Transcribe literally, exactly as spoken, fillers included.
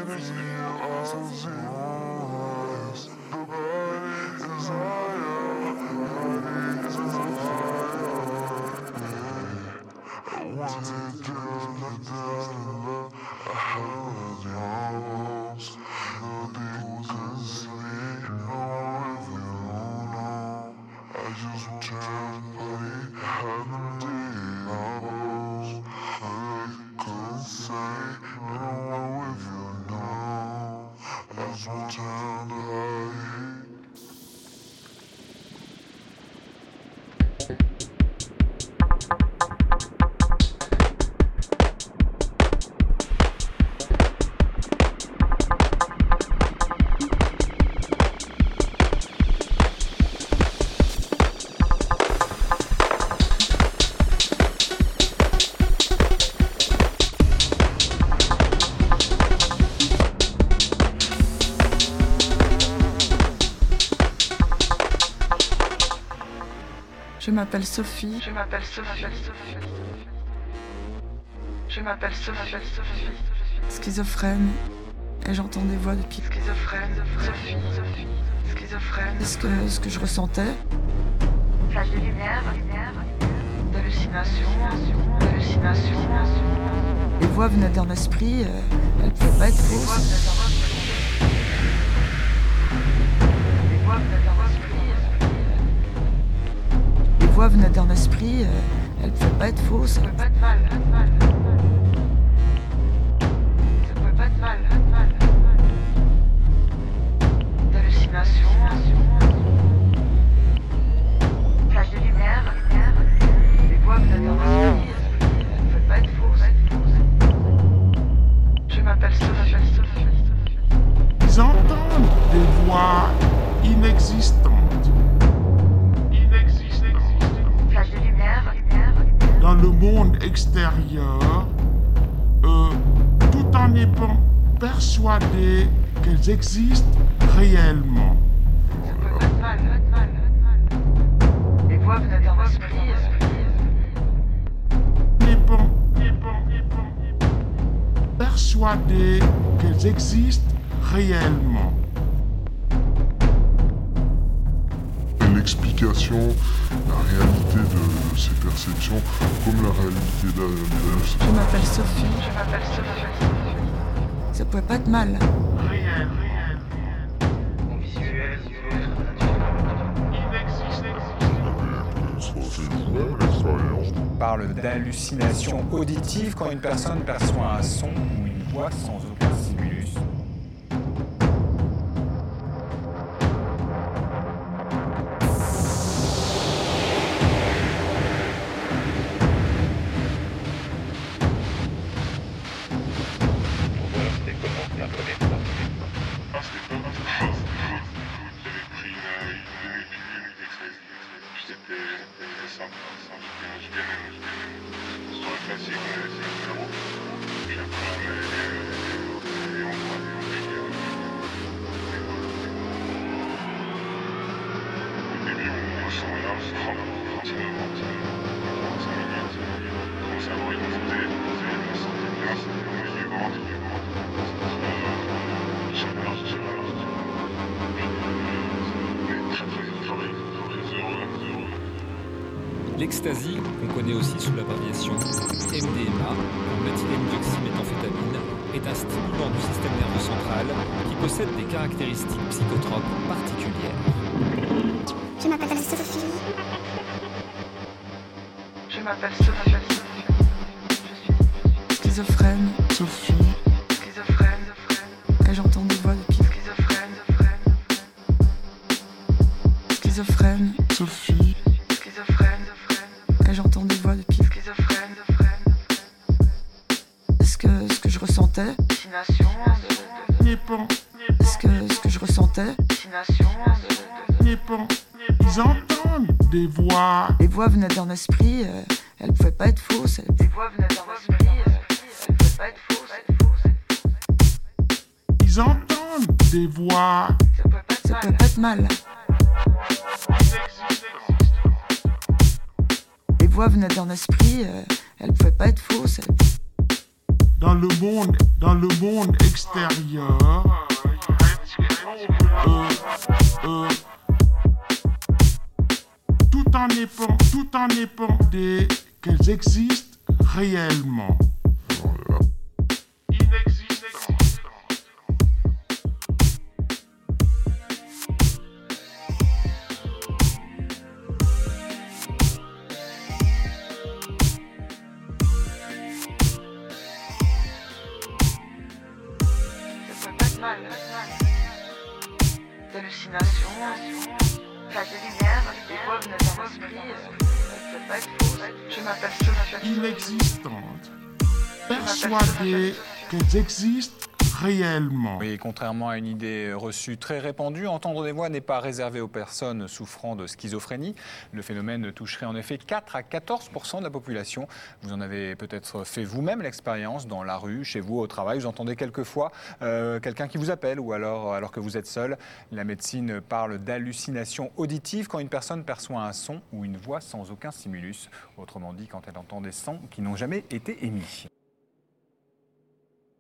Je m'appelle Sophie. Je m'appelle Sophie. Je m'appelle Sophie. Schizophrène. Et j'entends des voix depuis. Schizophrène. Sophie. Schizophrène. C'est ce que, ce que je ressentais. Flash de lumière. D'hallucination. D'hallucination. Les voix venaient d'un esprit. Euh, elles ne pouvaient pas être fausses. Les voix venaient d'un esprit. Les voix venaient d'un esprit. Euh, elles ne pouvaient pas être fausses. Ça ne pouvait pas être mal. Ça pouvait pas être mal. D'hallucination. Flash de lumière. Les voix venaient d'un esprit. Ça ne pouvait pas être fausse. Je m'appelle Sophie. Ils entendent des voix inexistantes. Inexistantes. Flash de lumière. Dans le monde extérieur, euh, tout en étant persuadés qu'elles existent réellement. Ça pouvait pas être mal. Les voix venaient d'un esprit. Étant persuadés qu'elles existent réellement. L'explication, la réalité de ces perceptions, comme la réalité de la... Je m'appelle Sophie. Je m'appelle Sophie. Ça pouvait pas être mal. Réel, réel, Mon visuel, On parle d'hallucination auditive quand une personne perçoit un son ou une voix sans aucun stimulus. L'ecstasy, qu'on connaît aussi sous l'abréviation M D M A, ou méthylène-dioxyméthamphétamine, est un stimulant du système nerveux central qui possède des caractéristiques psychotropes particulières. Je m'appelle Sophie. Je m'appelle Sophie. Schizophrène. Sophie. Schizophrène. Et j'entends des voix depuis. Schizophrène. Schizophrène. Sophie. Schizophrène. Et j'entends des voix depuis. Schizophrène. Ce que, ce que je ressentais. Hallucination. Népon. Ce que, ce que je ressentais. Hallucination. Népon. Ils entendent des voix. Les voix venaient d'un esprit. Euh, elles ne pouvaient pas être fausses. Elles- Les voix venaient d'un esprit. Ça ne pouvait pas être fausse. Ils entendent des voix. Ça pouvait pas être Ça mal. pouvait pas être mal. Les voix venaient d'un esprit. Euh, elles ne pouvaient pas être fausses. Elles- dans le monde, dans le monde extérieur, euh, euh, tout en étant, tout en étant des, qu'elles existent réellement. Mal, d'hallucinations, plages de lumière, des voix venant dans l'esprit, ça peut pas être faux. Je m'appelle Sophie. Inexistantes, persuadées qu'elles existent réellement. Oui, contrairement à une idée reçue très répandue, entendre des voix n'est pas réservé aux personnes souffrant de schizophrénie. Le phénomène toucherait en effet quatre à quatorze pour cent de la population. Vous en avez peut-être fait vous-même l'expérience dans la rue, chez vous, au travail. Vous entendez quelquefois euh, quelqu'un qui vous appelle ou alors, alors que vous êtes seul. La médecine parle d'hallucination auditive quand une personne perçoit un son ou une voix sans aucun stimulus. Autrement dit, quand elle entend des sons qui n'ont jamais été émis.